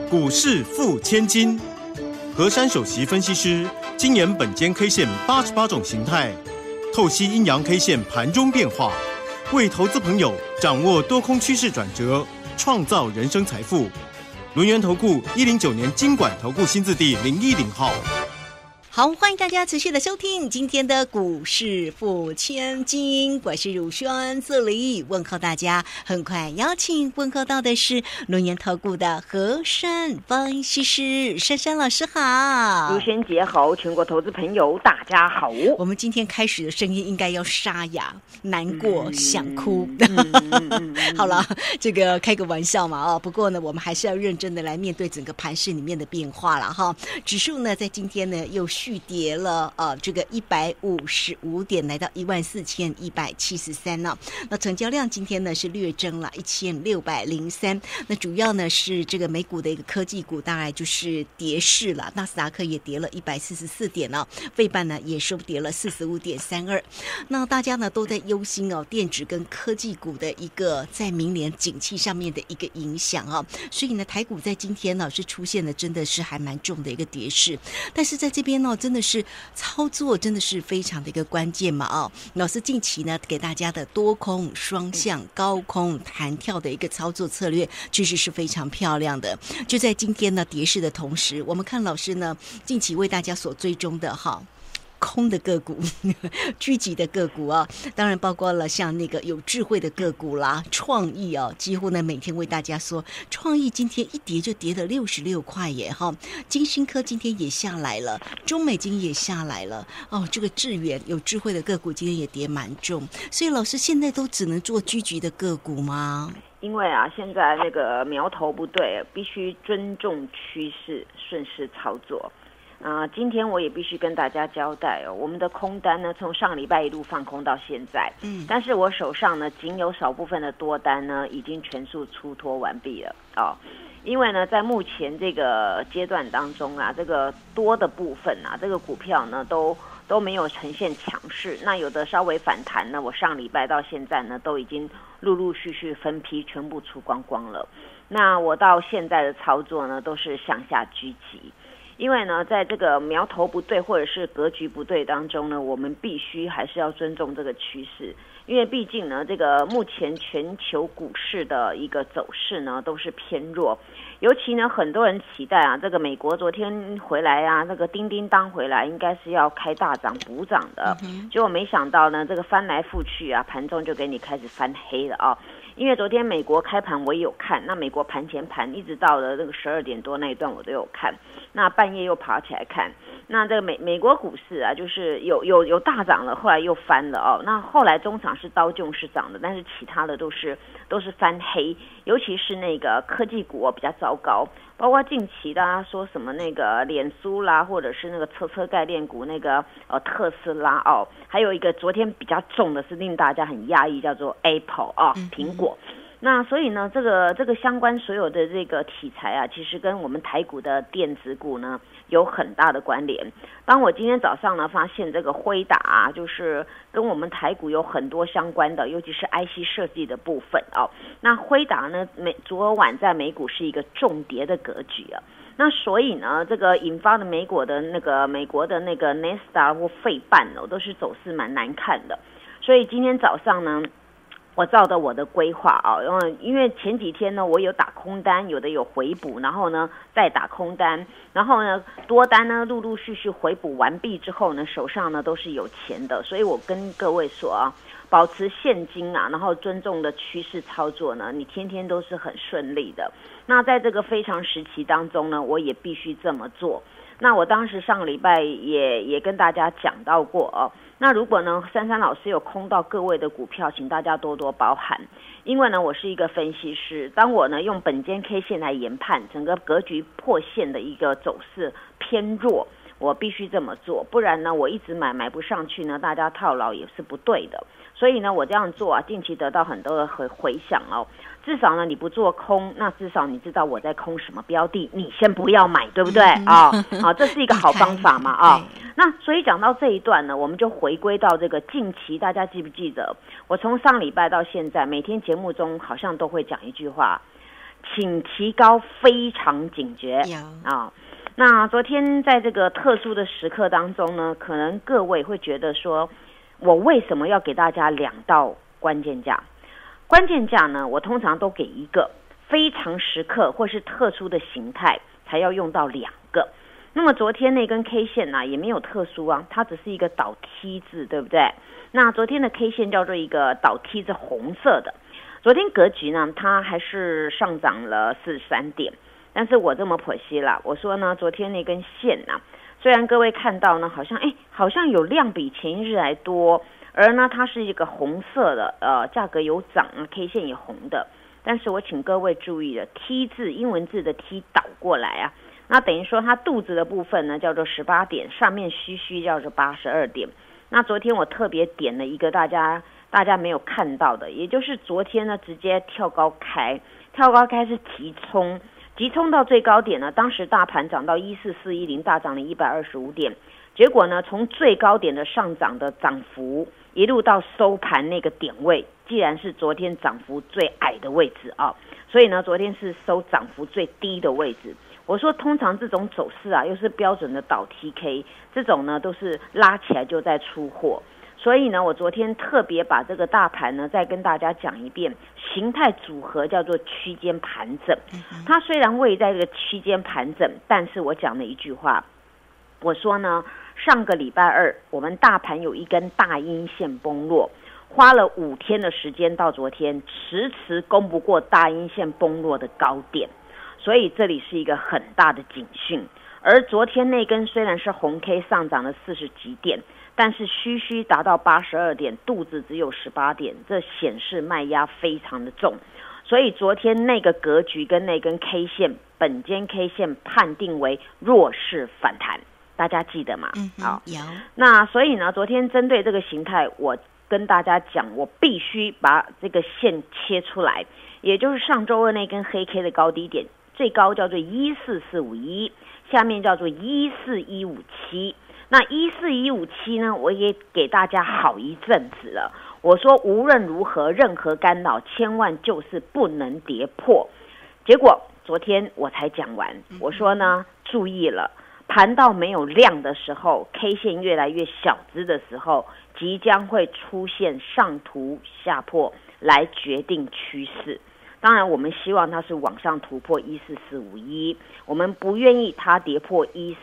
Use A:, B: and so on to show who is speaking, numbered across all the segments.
A: 股市富千金，和山首席分析师精研本间 K 线88种形态，透析阴阳 K 线盘中变化，为投资朋友掌握多空趋势转折，创造人生财富。轮源投顾109年金管投顾新字第010号。
B: 好，欢迎大家持续的收听今天的股市富千金，我是汝轩这里问候大家。很快邀请问候到的是轮源投顾的和山分析师珊珊老师好。
C: 汝轩姐好，全国投资朋友大家好。
B: 我们今天开始的声音应该要沙哑，难过，想哭。好了，这个开个玩笑嘛不过呢，我们还是要认真的来面对整个盘势里面的变化了哈。指数呢，在今天呢又续跌了这个155点，来到14173呢。那成交量今天呢是略增了1603。那主要呢是这个美股的一个科技股，当然就是跌势了。纳斯达克也跌了144点呢，费半呢也收跌了45.32。那大家呢都在忧心电子跟科技股的一个在明年景气上面的一个影响所以呢台股在今天呢是出现了真的是还蛮重的一个跌势。但是在这边呢真的是操作真的是非常的一个关键嘛老师近期呢给大家的多空双向高空弹跳的一个操作策略其实是非常漂亮的。就在今天呢跌势的同时，我们看老师呢近期为大家所追踪的空的个股聚集的个股当然包括了像那个有智慧的个股啦，创意几乎呢每天为大家说，创意今天一跌就跌了66块耶金星科今天也下来了，中美金也下来了这个智原有智慧的个股今天也跌蛮重。所以老师现在都只能做聚集的个股吗？
C: 因为现在那个苗头不对，必须尊重趋势，顺势操作。今天我也必须跟大家交代我们的空单呢，从上礼拜一路放空到现在，但是我手上呢，仅有少部分的多单呢，已经全数出脱完毕了因为呢，在目前这个阶段当中这个多的部分这个股票呢，都没有呈现强势，那有的稍微反弹呢，我上礼拜到现在呢，都已经陆陆续续分批全部出光光了。那我到现在的操作呢，都是向下狙击。因为呢，在这个苗头不对或者是格局不对当中呢，我们必须还是要尊重这个趋势，因为毕竟呢，这个目前全球股市的一个走势呢都是偏弱，尤其呢，很多人期待这个美国昨天回来那个叮叮当回来，应该是要开大涨补涨的，结果没想到呢，这个翻来覆去盘中就给你开始翻黑了因为昨天美国开盘我也有看，那美国盘前盘一直到了这个12点多那一段我都有看，那半夜又爬起来看，那这个美国股市就是有大涨了，后来又翻了那后来中场是道琼是涨的，但是其他的都是翻黑，尤其是那个科技股比较糟糕，包括近期大家说什么那个脸书啦，或者是那个车概念股那个特斯拉还有一个昨天比较重的是令大家很压抑，叫做 Apple 苹果。那所以呢，这个相关所有的这个题材其实跟我们台股的电子股呢有很大的关联。当我今天早上呢发现这个辉达就是跟我们台股有很多相关的，尤其是 IC 设计的部分那辉达呢昨晚在美股是一个重跌的格局那所以呢，这个引发的美国的那个 Nasdaq 或费半都是走势蛮难看的。所以今天早上呢，我照着我的规划因为前几天呢我有打空单，有的有回补，然后呢再打空单，然后呢多单呢陆陆续续回补完毕之后呢，手上呢都是有钱的，所以我跟各位说保持现金然后尊重的趋势操作呢，你天天都是很顺利的。那在这个非常时期当中呢，我也必须这么做。那我当时上礼拜也跟大家讲到过那如果呢珊珊老师有空到各位的股票，请大家多多包涵，因为呢我是一个分析师，当我呢用本间 K 线来研判整个格局破线的一个走势偏弱，我必须这么做，不然呢我一直买不上去呢，大家套牢也是不对的。所以呢我这样做近期得到很多的回响至少呢你不做空，那至少你知道我在空什么标的，你先不要买，对不对这是一个好方法嘛那所以讲到这一段呢，我们就回归到这个近期，大家记不记得我从上礼拜到现在每天节目中好像都会讲一句话， 请提高非常警觉啊。那昨天在这个特殊的时刻当中呢，可能各位会觉得说，我为什么要给大家2道关键价？关键价呢，我通常都给一个，非常时刻或是特殊的形态才要用到2个。那么昨天那根 K 线呢，也没有特殊啊，它只是一个倒 T 字，对不对？那昨天的 K 线叫做一个倒 T 字，红色的。昨天格局呢，它还是上涨了43点，但是我这么剖析了，我说呢，昨天那根线呢，虽然各位看到呢，好像有量比前一日还多，而呢它是一个红色的，价格有涨啊 ，K 线也红的，但是我请各位注意了 ，T 字英文字的 T 倒过来啊，那等于说它肚子的部分呢叫做18点，上面虚叫做82点。那昨天我特别点了一个大家没有看到的，也就是昨天呢直接跳高开是急冲到最高点呢，当时大盘涨到14410，大涨了125点，结果呢从最高点的上涨的涨幅一路到收盘那个点位，既然是昨天涨幅最矮的位置啊，所以呢昨天是收涨幅最低的位置。我说通常这种走势啊，又是标准的倒 TK， 这种呢都是拉起来就在出货，所以呢我昨天特别把这个大盘呢再跟大家讲一遍，形态组合叫做区间盘整。它虽然位在这个区间盘整，但是我讲了一句话，我说呢上个礼拜二我们大盘有一根大阴线崩落，花了5天的时间到昨天迟攻不过大阴线崩落的高点，所以这里是一个很大的警讯。而昨天那根虽然是红 K 上涨了40几点，但是虚达到82点，肚子只有18点，这显示卖压非常的重。所以昨天那个格局跟那根 K 线，本间 K 线判定为弱势反弹，大家记得吗？好，那所以呢，昨天针对这个形态，我跟大家讲，我必须把这个线切出来，也就是上周二那根黑 K 的高低点，最高叫做14451，下面叫做14157。那14157呢，我也给大家好一阵子了。我说无论如何，任何干扰千万就是不能跌破。结果昨天我才讲完，我说呢，注意了，盘到没有量的时候 ，K 线越来越小只的时候，即将会出现上突下破来决定趋势。当然我们希望它是往上突破14451，我们不愿意它跌破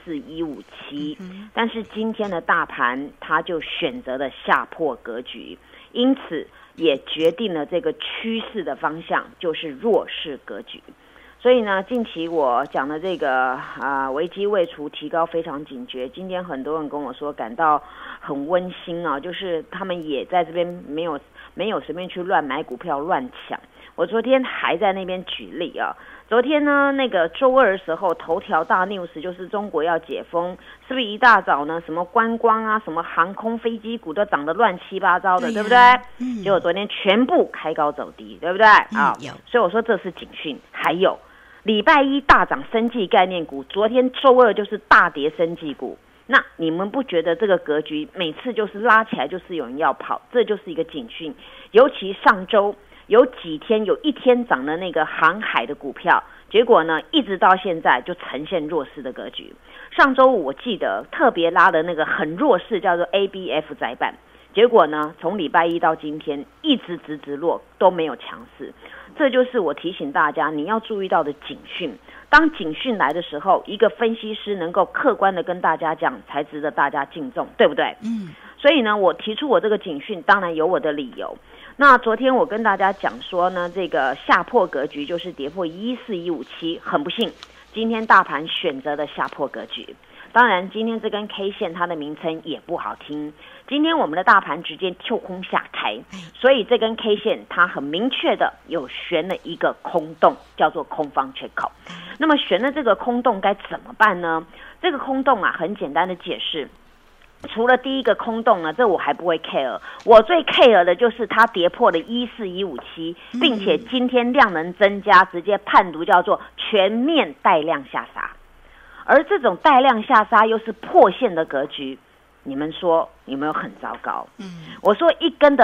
C: 14157，但是今天的大盘它就选择了下破格局，因此也决定了这个趋势的方向就是弱势格局。所以呢，近期我讲的这个危机未除，提高非常警觉。今天很多人跟我说感到很温馨啊，就是他们也在这边没有随便去乱买股票乱抢。我昨天还在那边举例啊，昨天呢那个周二的时候，头条大 news 就是中国要解封，是不是一大早呢什么观光啊，什么航空飞机股都涨得乱七八糟的，对不对？结果昨天全部开高走低，对不对？所以我说这是警讯。还有礼拜一大涨生技概念股，昨天周二就是大跌生技股。那你们不觉得这个格局每次就是拉起来就是有人要跑，这就是一个警讯。尤其上周有几天有一天涨了那个航海的股票，结果呢一直到现在就呈现弱势的格局。上周五我记得特别拉的那个很弱势叫做 ABF 载板，结果呢从礼拜一到今天一直直落都没有强势。这就是我提醒大家你要注意到的警讯。当警讯来的时候，一个分析师能够客观的跟大家讲，才值得大家敬重，对不对？所以呢我提出我这个警讯当然有我的理由。那昨天我跟大家讲说呢，这个下破格局就是跌破14157，很不幸今天大盘选择了下破格局。当然今天这根 K 线它的名称也不好听，今天我们的大盘直接跳空下开，所以这根 K 线它很明确的有悬了一个空洞，叫做空方缺口。那么悬了这个空洞该怎么办呢？这个空洞很简单的解释，除了第一个空洞呢，这我还不会 care， 我最 care 的就是它跌破了14157，并且今天量能增加，直接判读叫做全面带量下杀。而这种带量下杀又是破线的格局，你们说有没有很糟糕？我说一根的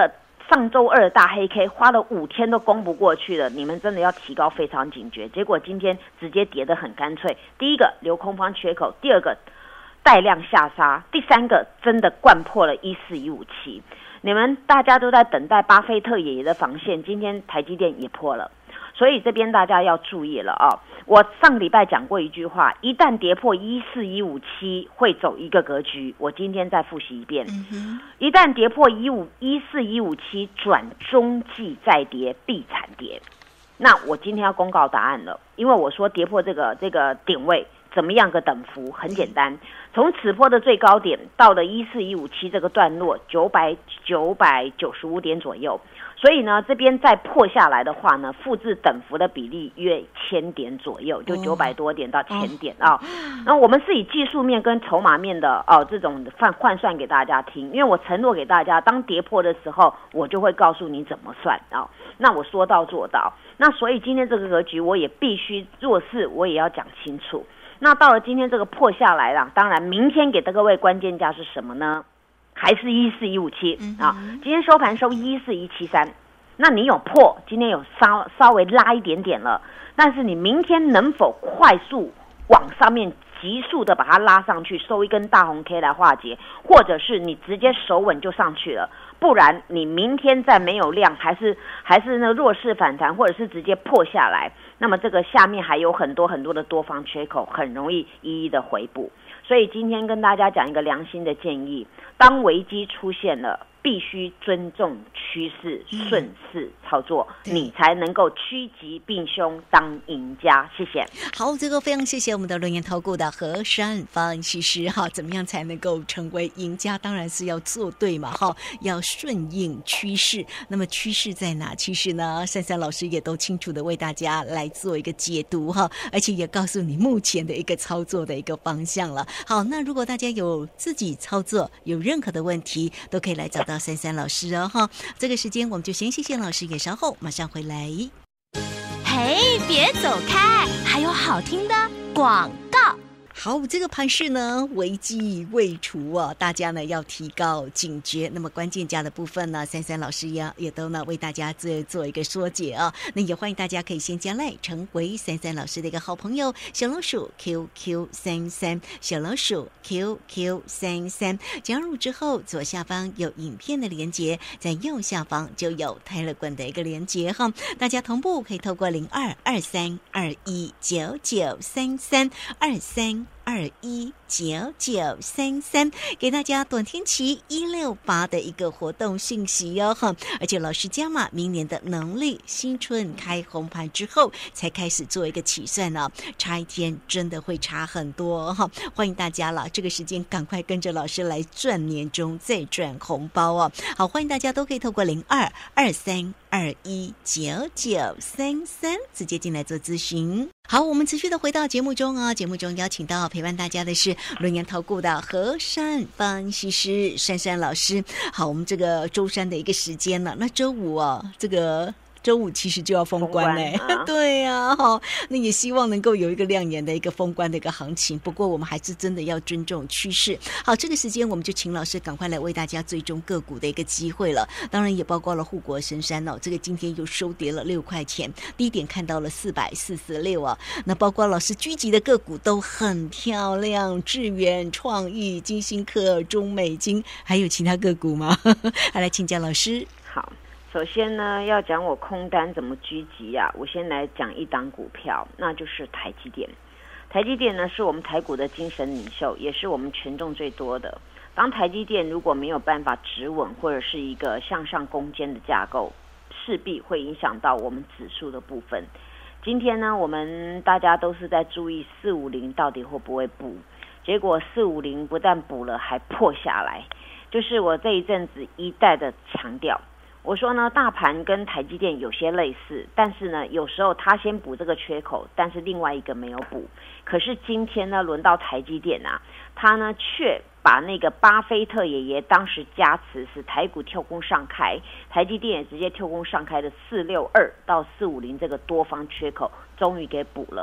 C: 上周二的大黑 K 花了5天都攻不过去了，你们真的要提高非常警觉。结果今天直接跌得很干脆，第一个留空方缺口，第二个带量下杀，第三个真的灌破了14157。你们大家都在等待巴菲特爷爷的防线，今天台积电也破了，所以这边大家要注意了啊！我上个礼拜讲过一句话，一旦跌破14157会走一个格局，我今天再复习一遍，一旦跌破14157转中继再跌必惨跌。那我今天要公告答案了，因为我说跌破这个点位怎么样个等幅，很简单，从此波的最高点到了14157这个段落995点左右，所以呢这边再破下来的话呢，复制等幅的比例约1000点左右，就900多点到1000点啊。那我们是以技术面跟筹码面的这种换算给大家听，因为我承诺给大家，当跌破的时候我就会告诉你怎么算啊。那我说到做到，那所以今天这个格局我也必须做事，我也要讲清楚。那到了今天这个破下来了，当然明天给各位关键价是什么呢？还是14157啊？今天收盘收14173，那你有破，今天有稍微拉一点点了，但是你明天能否快速往上面急速的把它拉上去，收一根大红 K 来化解，或者是你直接手稳就上去了，不然你明天再没有量，还是那弱势反弹，或者是直接破下来，那么这个下面还有很多很多的多方缺口，很容易一一的回补。所以今天跟大家讲一个良心的建议，当危机出现了，必须尊重趋势，顺势操作，你才能够趋吉避凶，当赢家。谢谢。
B: 好，这个非常谢谢我们的轮研投顾的和珊分析师哈，怎么样才能够成为赢家？当然是要做对嘛哈，要顺应趋势。那么趋势在哪？其实呢，珊珊老师也都清楚的为大家来做一个解读哈，而且也告诉你目前的一个操作的一个方向了。好，那如果大家有自己操作有任何的问题，都可以来找到珊珊老师哦哈。这个时间我们就先谢谢老师，也稍后马上回来。
D: 嘿，别走开，还有好听的广告。
B: 好，这个盘势呢，危机未除啊，大家呢要提高警觉。那么关键价的部分呢，珊珊老师也都呢为大家做一个说解啊。那也欢迎大家可以先加赖成为珊珊老师的一个好朋友，小老鼠 QQ33，小老鼠 QQ33，加入之后左下方有影片的连结，在右下方就有Telegram的一个连结哈。大家同步可以透过022321993323219933给大家短天期168的一个活动讯息哦哈，而且老师加码明年的农历新春开红盘之后才开始做一个起算呢，差一天真的会差很多哈，欢迎大家了，这个时间赶快跟着老师来赚年终再赚红包哦。好，欢迎大家都可以透过0223219933直接进来做咨询。好，我们持续的回到节目中啊，节目中邀请到陪伴大家的是轮研投顾的和珊分析师珊珊老师。好，我们这个周三的一个时间了，那周五啊，这个周五其实就要封关嘞，对呀，哈，那也希望能够有一个亮眼的一个封关的一个行情。不过我们还是真的要尊重趋势。好，这个时间我们就请老师赶快来为大家追踪个股的一个机会了。当然也包括了护国神山哦，这个今天又收跌了6块钱，低点看到了446啊。那包括老师狙击的个股都很漂亮，智原、创意、金星科、中美金，还有其他个股吗？来请教老师。
C: 好。首先呢，要讲我空单怎么狙击啊，我先来讲一档股票，那就是台积电。台积电呢是我们台股的精神领袖，也是我们权重最多的。当台积电如果没有办法止稳，或者是一个向上攻坚的架构，势必会影响到我们指数的部分。今天呢，我们大家都是在注意450到底会不会补，结果450不但补了，还破下来。就是我这一阵子一再的强调。我说呢，大盘跟台积电有些类似，但是呢，有时候它先补这个缺口，但是另外一个没有补。可是今天呢，轮到台积电啊，它呢却把那个巴菲特爷爷当时加持，使台股跳空上开，台积电也直接跳空上开的462到450这个多方缺口，终于给补了。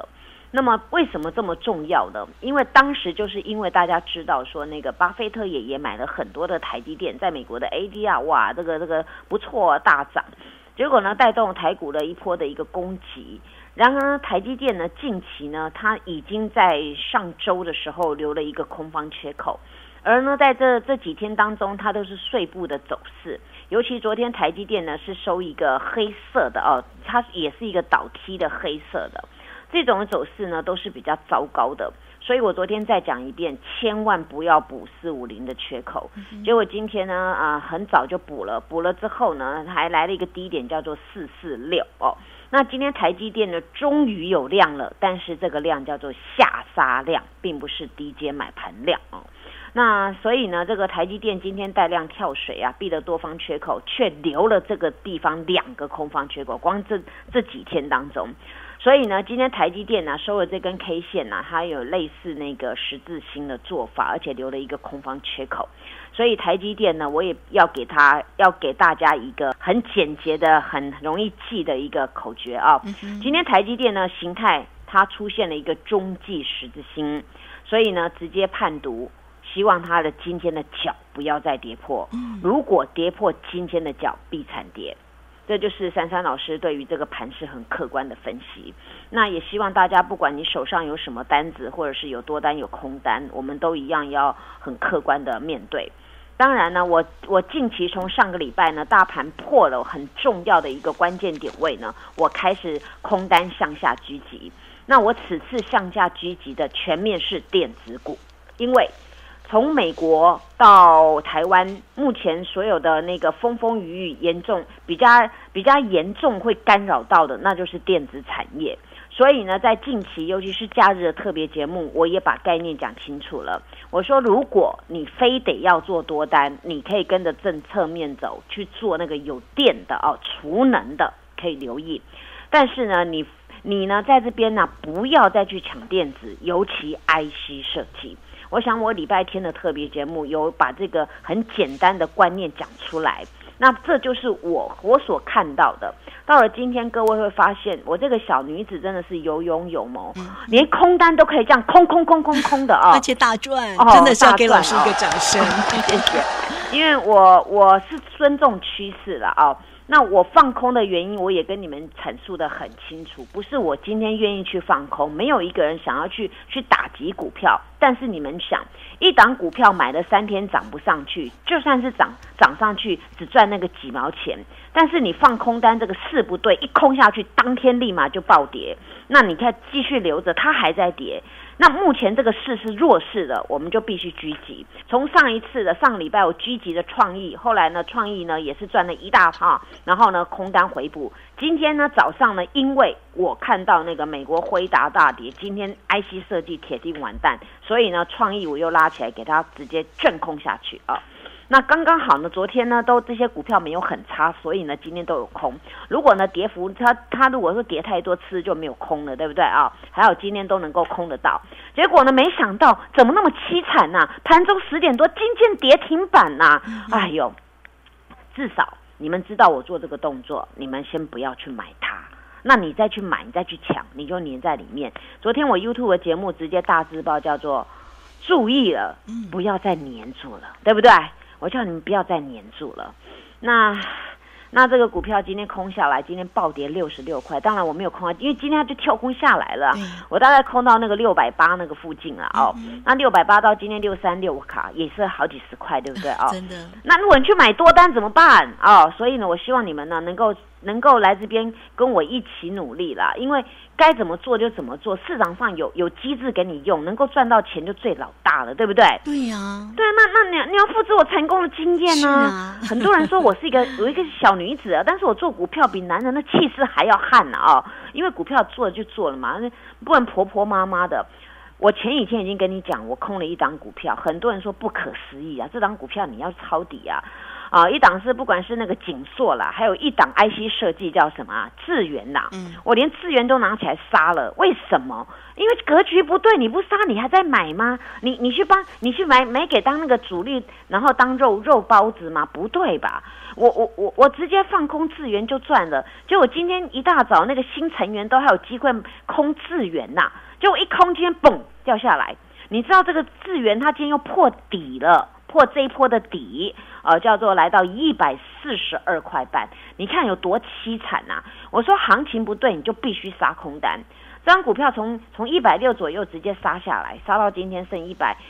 C: 那么为什么这么重要呢？因为当时就是因为大家知道说那个巴菲特爷爷买了很多的台积电，在美国的 ADR 哇，这个不错大涨，结果呢带动台股的一波的一个攻击。然而呢，台积电呢近期呢它已经在上周的时候留了一个空方缺口，而呢在这几天当中它都是碎步的走势，尤其昨天台积电呢是收一个黑色的哦，它也是一个倒梯的黑色的。这种走势呢都是比较糟糕的，所以我昨天再讲一遍，千万不要补450的缺口。结果今天呢很早就补了之后呢还来了一个低点叫做446哦。那今天台积电呢终于有量了，但是这个量叫做下杀量，并不是低阶买盘量哦。那所以呢这个台积电今天带量跳水啊，避了多方缺口，却留了这个地方2个空方缺口，光这几天当中。所以呢今天台积电呢收了这根 K 线呢，它有类似那个十字星的做法，而且留了一个空方缺口。所以台积电呢我也要给大家一个很简洁的很容易记的一个口诀啊。今天台积电呢形态它出现了一个中继十字星，所以呢直接判读希望它的今天的脚不要再跌破，如果跌破今天的脚必惨跌。这就是珊珊老师对于这个盘势很客观的分析。那也希望大家不管你手上有什么单子，或者是有多单有空单，我们都一样要很客观的面对。当然呢我近期从上个礼拜呢大盘破了很重要的一个关键点位呢，我开始空单向下狙击。那我此次向下狙击的全面是电子股，因为从美国到台湾，目前所有的那个风风雨雨严重，比较严重会干扰到的，那就是电子产业。所以呢，在近期，尤其是假日的特别节目，我也把概念讲清楚了。我说，如果你非得要做多单，你可以跟着政策面走，去做那个有电的哦，储能的，可以留意。但是呢，你呢在这边呢，不要再去抢电子，尤其 IC 设计。我想我礼拜天的特别节目有把这个很简单的观念讲出来，那这就是我所看到的。到了今天，各位会发现我这个小女子真的是有勇有谋，连空单都可以这样空的啊、哦，
B: 而且大赚，真的是要给老师一个掌声，
C: 谢谢。因为我是尊重趋势了啊、哦。那我放空的原因我也跟你们阐述的很清楚，不是我今天愿意去放空，没有一个人想要去打击股票。但是你们想，一档股票买了3天涨不上去，就算是涨上去只赚那个几毛钱，但是你放空单这个势不对，一空下去当天立马就暴跌，那你看继续留着它还在跌，那目前这个势是弱势的，我们就必须狙击。从上个礼拜我狙击的创意，后来呢创意呢也是赚了一大趴，然后呢空单回补。今天呢早上呢，因为我看到那个美国辉达大跌，今天 IC 设计铁定完蛋，所以呢创意我又拉起来给它直接正空下去啊。那刚刚好呢，昨天呢都这些股票没有很差，所以呢今天都有空。如果呢跌幅它如果是跌太多次就没有空了，对不对啊？还好今天都能够空得到。结果呢没想到怎么那么凄惨啊，盘中10点多今天跌停板啊。哎呦，至少你们知道我做这个动作，你们先不要去买它。那你再去买，你再去抢，你就黏在里面。昨天我 YouTube 的节目直接大字报叫做注意了，不要再黏住了，对不对？我叫你们不要再黏住了。那这个股票今天空下来，今天暴跌66块。当然我没有空啊，因为今天它就跳空下来了。我大概空到那个680那个附近了哦。那680到今天636，我靠，也是好几十块，对不对哦？
B: 真的。
C: 那如果你去买多单怎么办哦？所以呢，我希望你们呢能够来这边跟我一起努力啦，因为该怎么做就怎么做，市场上有机制给你用，能够赚到钱就最老大了，对不对？
B: 对呀、啊。
C: 对，那你要复制我成功的经验呢、
B: 啊？
C: 很多人说我是一个小女子啊，但是我做股票比男人的气势还要悍啊、哦！因为股票做了就做了嘛，不能婆婆妈妈的。我前几天已经跟你讲，我空了一档股票，很多人说不可思议啊，这档股票你要抄底啊！一档是不管是那个景硕啦，还有一档 IC 设计叫什么啊？智原啦，我连智原都拿起来杀了，为什么？因为格局不对，你不杀你还在买吗？你去买给当那个主力，然后当肉包子吗？不对吧？我直接放空智原就赚了，结果今天一大早那个新成员都还有机会空智原呐。 结果一空今天嘣掉下来。你知道这个智原它今天又破底了，破这一波的底，叫做来到142块半，你看有多凄惨啊！我说行情不对，你就必须杀空单。这张股票从160左右直接杀下来，杀到今天剩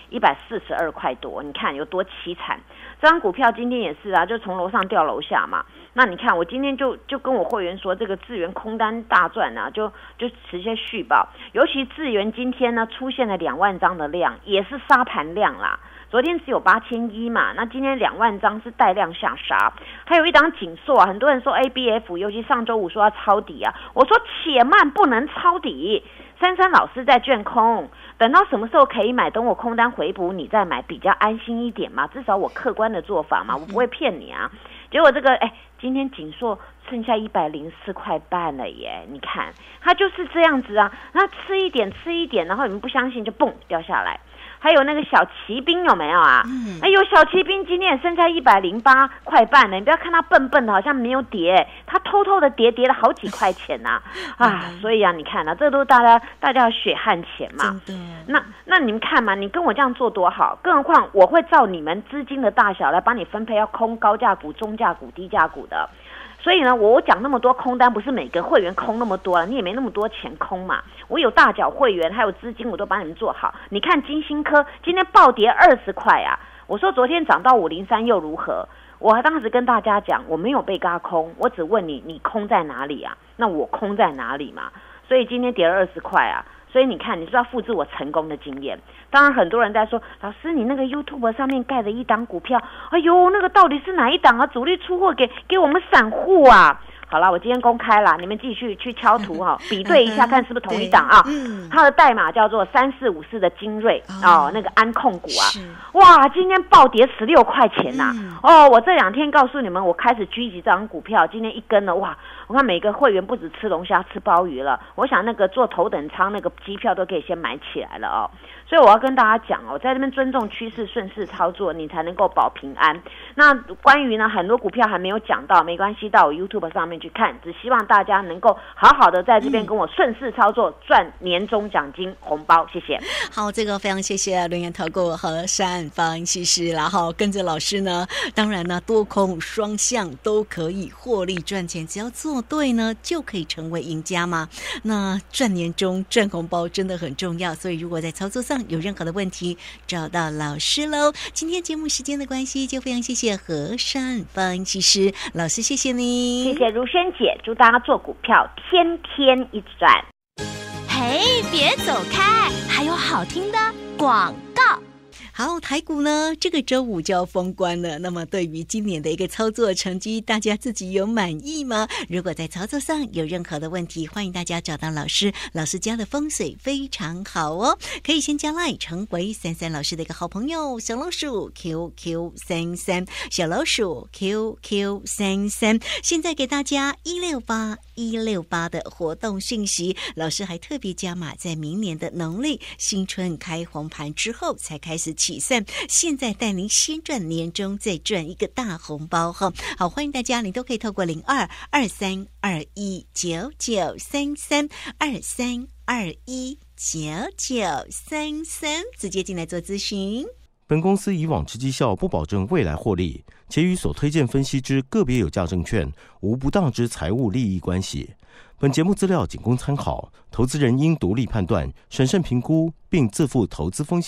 C: 142块多，你看有多凄惨。这张股票今天也是啊，就从楼上掉楼下嘛。那你看我今天就跟我会员说，这个智原空单大赚啊，就直接续报。尤其智原今天呢出现了2万张的量，也是杀盘量啦。昨天只有8100嘛，那今天2万张是带量下杀。还有一档景硕啊，很多人说 ABF， 尤其上周五说要抄底啊，我说且慢，不能抄底。珊珊老师在卷空，等到什么时候可以买？等我空单回补你再买，比较安心一点嘛。至少我客观的做法嘛，我不会骗你啊。结果这个今天景硕剩下104块半了耶！你看它就是这样子啊，那吃一点，然后你们不相信就蹦掉下来。还有那个小骑兵有没有啊？小骑兵今天也剩下108块半了。你不要看它笨笨的，好像没有跌，它偷偷的跌了好几块钱呐！所以啊，你看啊，这都大家的血汗钱嘛。那你们看嘛，你跟我这样做多好，更何况我会照你们资金的大小来帮你分配，要空高价股、中价股、低价股的。所以呢，我讲那么多空单，不是每个会员空那么多了，你也没那么多钱空嘛。我有大脚会员，还有资金，我都帮你们做好。你看金星科今天暴跌20块啊！我说昨天涨到503又如何？我当时跟大家讲，我没有被軋空，我只问你空在哪里啊？那我空在哪里嘛？所以今天跌了20块啊！所以你看，你是要复制我成功的经验。当然，很多人在说，老师，你那个 YouTube 上面盖的一档股票，哎呦，那个到底是哪一档啊？主力出货给我们散户啊！好了，我今天公开了，你们继续去敲图哈，比对一下看是不是同一档啊？它的代码叫做3454的精锐那个安控股啊，哇，今天暴跌16块钱呐！我这2天告诉你们，我开始狙击这张股票，今天一根了，哇！我看每个会员不止吃龙虾吃鲍鱼了，我想那个做头等舱那个机票都可以先买起来了哦。所以我要跟大家讲在这边尊重趋势，顺势操作，你才能够保平安。那关于呢很多股票还没有讲到，没关系，到我 YouTube 上面去看，只希望大家能够好好的在这边跟我顺势操作，赚年终奖金红包，谢谢。
B: 好，这个非常谢谢轮研投顾和善分析师，然后跟着老师呢，当然呢多空双向都可以获利赚钱，只要做对呢就可以成为赢家嘛。那赚年终赚红包真的很重要，所以如果在操作上有任何的问题，找到老师喽。今天节目时间的关系，就非常谢谢和善分析师老师，谢谢你，
C: 谢谢如萱姐，祝大家做股票天天一直赚。
D: 嘿，别走开，还有好听的广告。
B: 好，台股呢这个周五就要封关了，那么对于今年的一个操作成绩，大家自己有满意吗？如果在操作上有任何的问题，欢迎大家找到老师，老师家的风水非常好哦，可以先加 LINE 成为33老师的一个好朋友，小老鼠 QQ33， 小老鼠 QQ33， 现在给大家168的活动讯息，老师还特别加码，在明年的农历新春开红盘之后才开始起算，现在带您先赚年终，再赚一个大红包哈！好，欢迎大家，你都可以透过022321993323219933直接进来做咨询。
A: 本公司以往之绩效不保证未来获利，且与所推荐分析之个别有价证券无不当之财务利益关系。本节目资料仅供参考，投资人应独立判断、审慎评估，并自负投资风险。